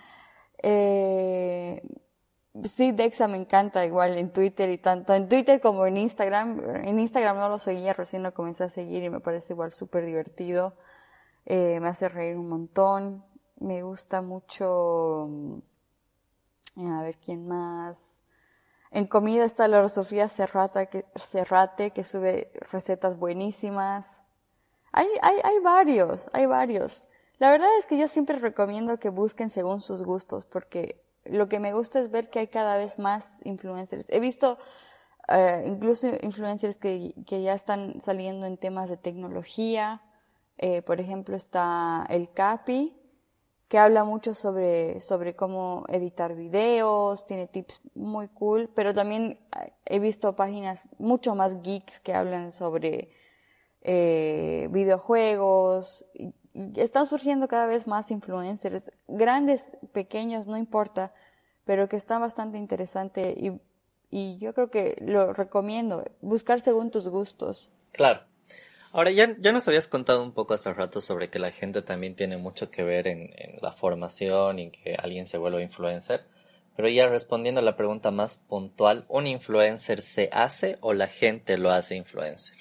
Sí, Dexa me encanta igual en Twitter y tanto en Twitter como en Instagram. En Instagram no lo seguía, recién lo comencé a seguir y me parece igual súper divertido. Me hace reír un montón. Me gusta mucho, a ver quién más. En comida está la Sofía Serrate que sube recetas buenísimas. Hay varios. La verdad es que yo siempre recomiendo que busquen según sus gustos, porque lo que me gusta es ver que hay cada vez más influencers. He visto incluso influencers que ya están saliendo en temas de tecnología. Por ejemplo, está el Capi, que habla mucho sobre cómo editar videos, tiene tips muy cool, pero también he visto páginas mucho más geeks que hablan sobre videojuegos. Y están surgiendo cada vez más influencers, grandes, pequeños, no importa, pero que está bastante interesante y yo creo que lo recomiendo, buscar según tus gustos. Claro. Ahora, ya nos habías contado un poco hace rato sobre que la gente también tiene mucho que ver en la formación y que alguien se vuelva influencer, pero ya respondiendo a la pregunta más puntual, ¿un influencer se hace o la gente lo hace influencer?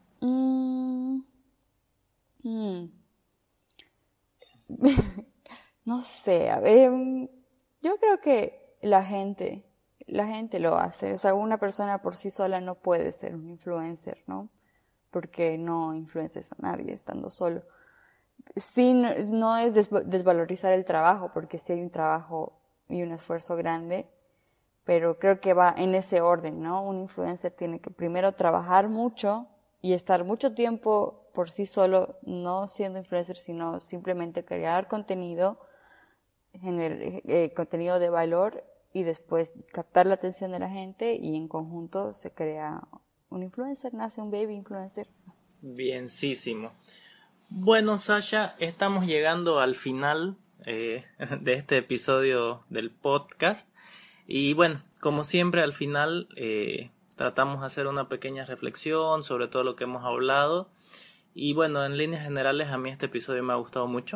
No sé, a ver, yo creo que la gente lo hace. O sea, una persona por sí sola no puede ser un influencer, ¿no? Porque no influencias a nadie estando solo. Sí, no es desvalorizar el trabajo, porque sí hay un trabajo y un esfuerzo grande, pero creo que va en ese orden, ¿no? Un influencer tiene que primero trabajar mucho y estar mucho tiempo por sí solo, no siendo influencer, sino simplemente crear contenido, contenido de valor y después captar la atención de la gente y en conjunto se crea un influencer, nace un baby influencer. Bienísimo. Bueno, Sasha, estamos llegando al final de este episodio del podcast. Y bueno, como siempre al final tratamos de hacer una pequeña reflexión sobre todo lo que hemos hablado. Y bueno, en líneas generales a mí este episodio me ha gustado mucho.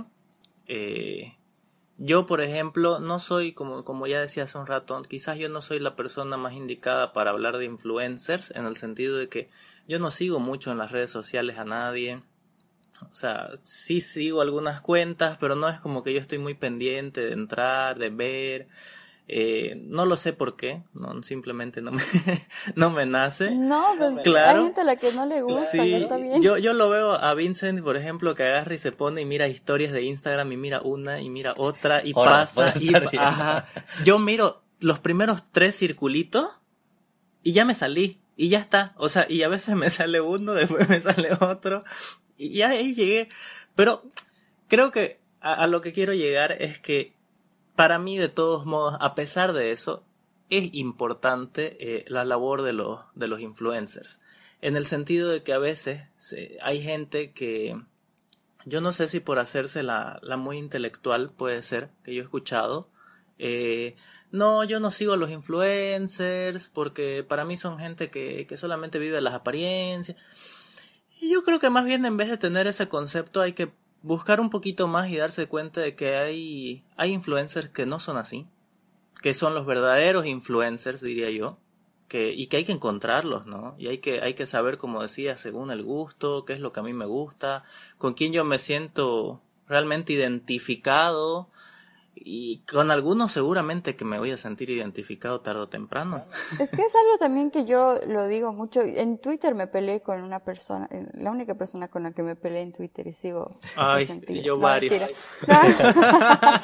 Yo, por ejemplo, no soy, como ya decía hace un rato, quizás yo no soy la persona más indicada para hablar de influencers, en el sentido de que yo no sigo mucho en las redes sociales a nadie. O sea, sí sigo algunas cuentas, pero no es como que yo estoy muy pendiente de entrar, de ver. No lo sé por qué, no, simplemente no me nace. No, pues Claro. hay gente a la que no le gusta, Sí, ya está bien. yo lo veo a Vincent, por ejemplo, que agarra y se pone y mira historias de Instagram y mira una y mira otra y Hola, pasa buenas y tardes. ajá. Yo miro los primeros 3 circulitos y ya me salí y ya está. O sea, y a veces me sale uno, después me sale otro y ya ahí llegué. Pero creo que a lo que quiero llegar es que para mí, de todos modos, a pesar de eso, es importante la labor de los influencers. En el sentido de que a veces hay gente que, yo no sé si por hacerse la muy intelectual, puede ser, que yo he escuchado, no, yo no sigo a los influencers porque para mí son gente que solamente vive las apariencias. Y yo creo que más bien en vez de tener ese concepto hay que buscar un poquito más y darse cuenta de que hay influencers que no son así, que son los verdaderos influencers, diría yo, y que hay que encontrarlos, ¿no? Y hay que saber, como decía, según el gusto, qué es lo que a mí me gusta, con quién yo me siento realmente identificado, y con algunos seguramente que me voy a sentir identificado tarde o temprano. Es que es algo también que yo lo digo mucho. En Twitter me peleé con una persona, la única persona con la que me peleé en Twitter y sigo Ay, resentida. yo No, varios. mentira.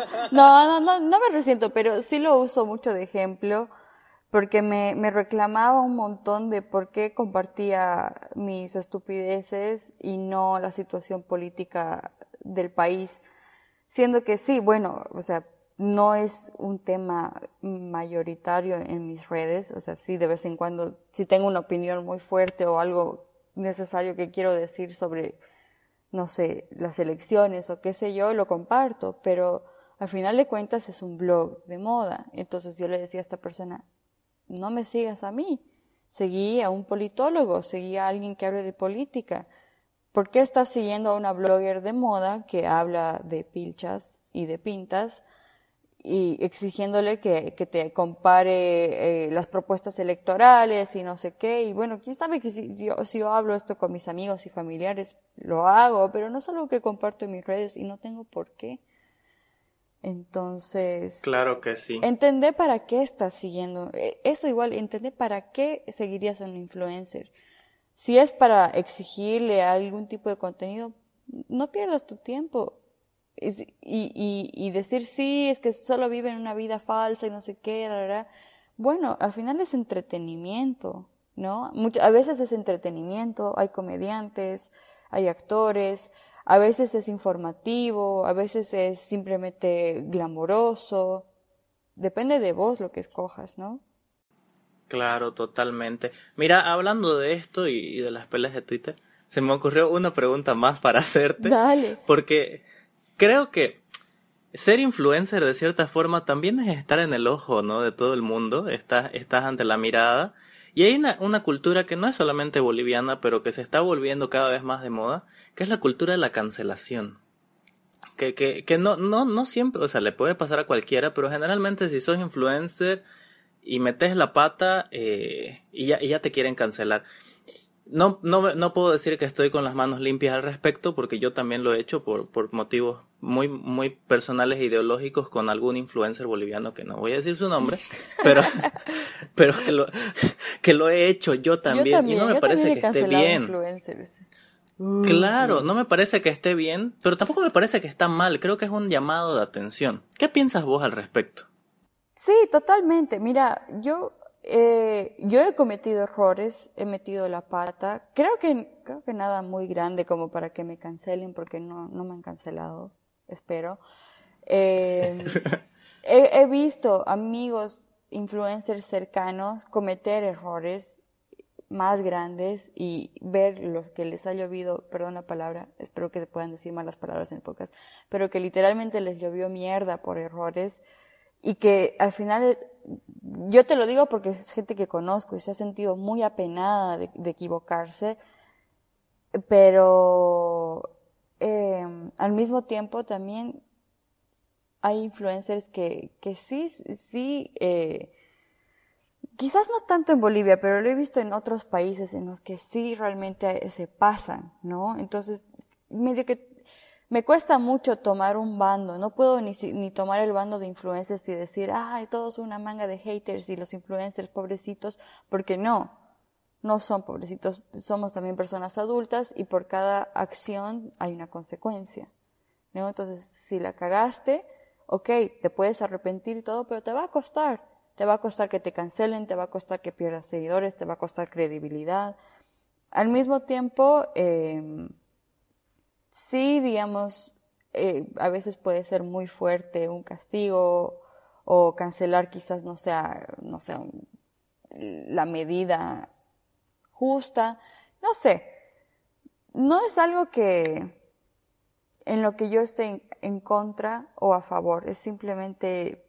No me resiento, pero sí lo uso mucho de ejemplo porque me reclamaba un montón de por qué compartía mis estupideces y no la situación política del país. Siendo que sí, bueno, o sea, no es un tema mayoritario en mis redes, o sea, sí de vez en cuando, si tengo una opinión muy fuerte o algo necesario que quiero decir sobre, no sé, las elecciones o qué sé yo, lo comparto, pero al final de cuentas es un blog de moda. Entonces yo le decía a esta persona, no me sigas a mí, seguí a un politólogo, seguí a alguien que hable de política. ¿Por qué estás siguiendo a una blogger de moda que habla de pilchas y de pintas y exigiéndole que te compare las propuestas electorales y no sé qué? Y bueno, quién sabe que si yo hablo esto con mis amigos y familiares, lo hago, pero no es algo que comparto en mis redes y no tengo por qué. Entonces, Claro que sí. entender para qué estás siguiendo. Eso igual, entender para qué seguirías a un influencer. Si es para exigirle algún tipo de contenido, no pierdas tu tiempo. Y decir, sí, es que solo viven una vida falsa y no sé qué, la verdad. Bueno, al final es entretenimiento, ¿no? A veces es entretenimiento, hay comediantes, hay actores, a veces es informativo, a veces es simplemente glamoroso. Depende de vos lo que escojas, ¿no? Claro, totalmente. Mira, hablando de esto y de las peleas de Twitter, se me ocurrió una pregunta más para hacerte. Dale. Porque creo que ser influencer de cierta forma también es estar en el ojo, ¿no? De todo el mundo. Estás ante la mirada. Y hay una cultura que no es solamente boliviana, pero que se está volviendo cada vez más de moda, que es la cultura de la cancelación. Que no siempre, o sea, le puede pasar a cualquiera, pero generalmente si sos influencer y metes la pata y ya te quieren cancelar. No puedo decir que estoy con las manos limpias al respecto, porque yo también lo he hecho por motivos muy personales e ideológicos con algún influencer boliviano, que no voy a decir su nombre, pero que lo he hecho yo también y no me parece que esté bien. Influencers. Claro, no me parece que esté bien, pero tampoco me parece que está mal. Creo que es un llamado de atención. ¿Qué piensas vos al respecto? Sí, totalmente. Mira, yo he cometido errores, he metido la pata. Creo que nada muy grande como para que me cancelen, porque no me han cancelado, espero. He visto amigos, influencers cercanos cometer errores más grandes y ver los que les ha llovido, perdón la palabra, espero que se puedan decir malas palabras en el podcast, pero que literalmente les llovió mierda por errores. Y que al final, yo te lo digo porque es gente que conozco y se ha sentido muy apenada de equivocarse, pero al mismo tiempo también hay influencers que sí, quizás no tanto en Bolivia, pero lo he visto en otros países en los que sí realmente se pasan, ¿no? Entonces, medio que me cuesta mucho tomar un bando, no puedo ni tomar el bando de influencers y decir, ay, todos son una manga de haters y los influencers pobrecitos, porque no son pobrecitos, somos también personas adultas y por cada acción hay una consecuencia, ¿no? Entonces, si la cagaste, okay, te puedes arrepentir y todo, pero te va a costar que te cancelen, te va a costar que pierdas seguidores, te va a costar credibilidad. Al mismo tiempo, sí, digamos, a veces puede ser muy fuerte un castigo o cancelar quizás no sea la medida justa, no sé. No es algo en lo que yo esté en contra o a favor, es simplemente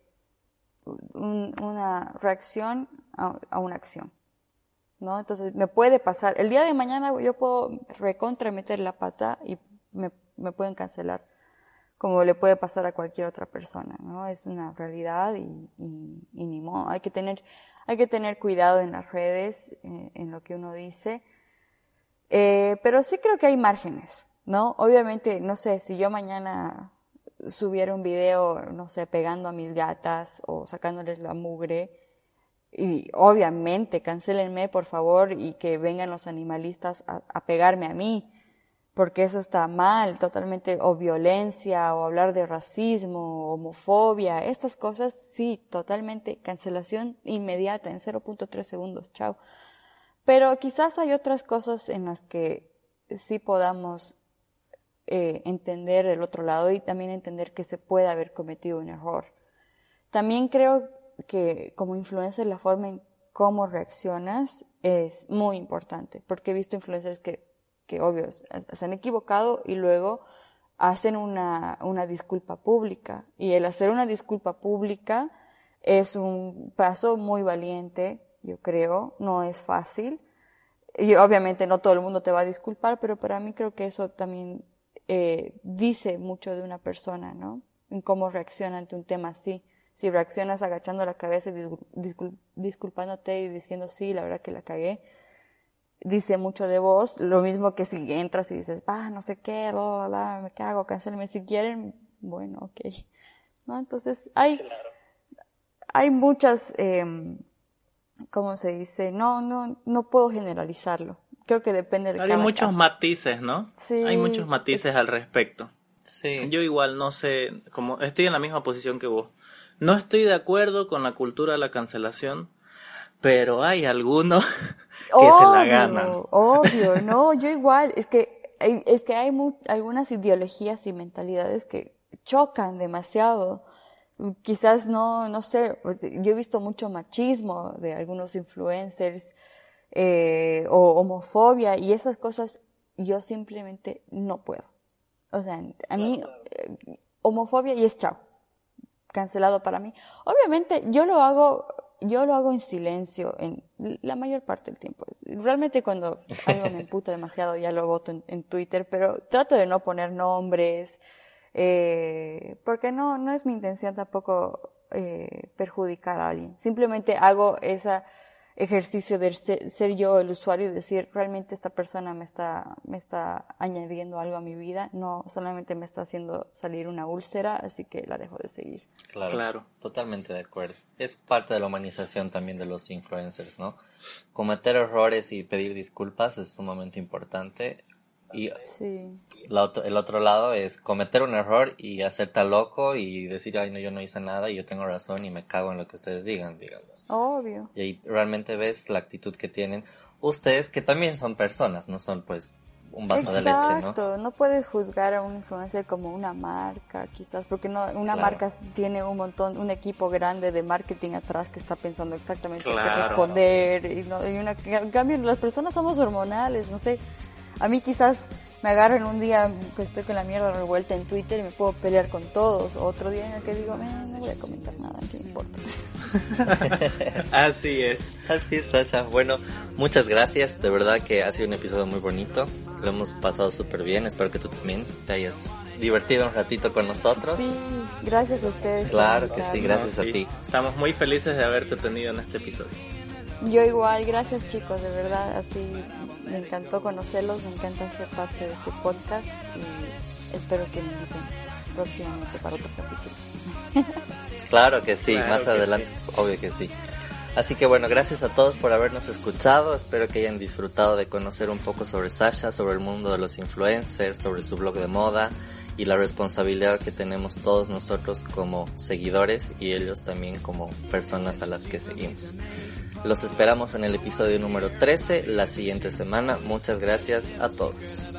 una reacción a una acción, ¿no? Entonces me puede pasar, el día de mañana yo puedo recontra meter la pata y me pueden cancelar, como le puede pasar a cualquier otra persona, ¿no? Es una realidad y ni modo. Hay que tener cuidado en las redes, en lo que uno dice. Pero sí creo que hay márgenes, ¿no? Obviamente, no sé, si yo mañana subiera un video, no sé, pegando a mis gatas o sacándoles la mugre, y obviamente cancélenme, por favor, y que vengan los animalistas a pegarme a mí, porque eso está mal, totalmente, o violencia, o hablar de racismo, homofobia, estas cosas, sí, totalmente, cancelación inmediata, en 0.3 segundos, chao. Pero quizás hay otras cosas en las que sí podamos entender el otro lado y también entender que se puede haber cometido un error. También creo que como influencer la forma en cómo reaccionas es muy importante, porque he visto influencers que obvio se han equivocado y luego hacen una disculpa pública, y el hacer una disculpa pública es un paso muy valiente, yo creo, no es fácil, Y obviamente no todo el mundo te va a disculpar, pero para mí creo que eso también dice mucho de una persona, ¿no? En cómo reacciona ante un tema así. Si reaccionas agachando la cabeza y disculpándote y diciendo sí, la verdad que la cagué, dice mucho de vos. Lo mismo que si entras y dices, no sé qué, bla, bla, bla, me cago, cancélame si quieren, bueno, ok. ¿No? Entonces hay muchas, ¿cómo se dice? No puedo generalizarlo. Creo que depende de cada caso. Hay muchos matices, ¿no? Sí. Hay muchos matices al respecto. Sí. Yo igual no sé, como estoy en la misma posición que vos. No estoy de acuerdo con la cultura de la cancelación, pero hay algunos que se la ganan. Obvio, no, yo igual. Es que hay algunas ideologías y mentalidades que chocan demasiado. Quizás no sé, yo he visto mucho machismo de algunos influencers, o homofobia, y esas cosas yo simplemente no puedo. O sea, a mí, homofobia y es chao. Cancelado para mí. Obviamente, yo lo hago en silencio en la mayor parte del tiempo. Realmente cuando algo me emputa demasiado ya lo boto en Twitter, pero trato de no poner nombres, porque no es mi intención tampoco perjudicar a alguien. Simplemente hago ese ejercicio de ser yo el usuario y decir, realmente esta persona me está añadiendo algo a mi vida, no solamente me está haciendo salir una úlcera, así que la dejo de seguir. Claro, totalmente de acuerdo. Es parte de la humanización también de los influencers, ¿no? Cometer errores y pedir disculpas es sumamente importante. Y sí. El otro lado es cometer un error y hacerte loco y decir, ay, no, yo no hice nada y yo tengo razón y me cago en lo que ustedes digan, digamos. Obvio. Y ahí realmente ves la actitud que tienen ustedes, que también son personas, no son pues un vaso de leche, ¿no? Exacto, no puedes juzgar a un influencer como una marca, quizás, porque una marca tiene un equipo grande de marketing atrás que está pensando exactamente qué responder, en cambio las personas somos hormonales, no sé. A mí quizás me agarren un día que estoy con la mierda revuelta en Twitter y me puedo pelear con todos. Otro día en el que digo, no voy a comentar nada, ¿qué me importa? Así es, Sasha. Bueno, muchas gracias. De verdad que ha sido un episodio muy bonito. Lo hemos pasado súper bien. Espero que tú también te hayas divertido un ratito con nosotros. Sí, gracias a ustedes. Claro que sí, gracias a ti. Estamos muy felices de haberte tenido en este episodio. Yo igual, gracias chicos, de verdad, así me encantó conocerlos, me encanta ser parte de este podcast y espero que me inviten próximamente para otros capítulos. Claro que sí, claro más adelante, sí. Obvio que sí. Así que bueno, gracias a todos por habernos escuchado, espero que hayan disfrutado de conocer un poco sobre Sasha, sobre el mundo de los influencers, sobre su blog de moda y la responsabilidad que tenemos todos nosotros como seguidores y ellos también como personas a las que seguimos. Los esperamos en el episodio número 13 la siguiente semana. Muchas gracias a todos.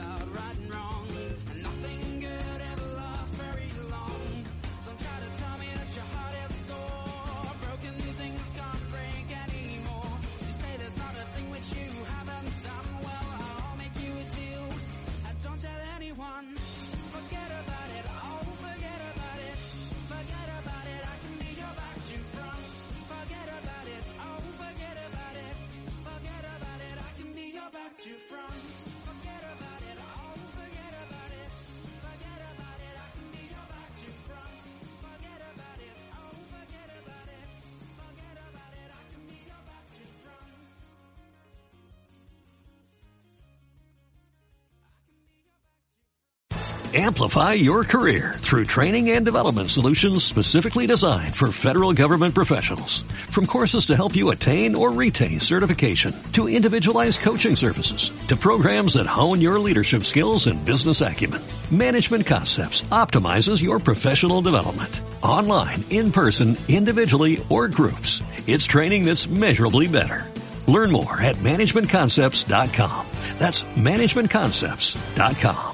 Amplify your career through training and development solutions specifically designed for federal government professionals. From courses to help you attain or retain certification, to individualized coaching services, to programs that hone your leadership skills and business acumen, Management Concepts optimizes your professional development. Online, in person, individually, or groups, it's training that's measurably better. Learn more at managementconcepts.com. That's managementconcepts.com.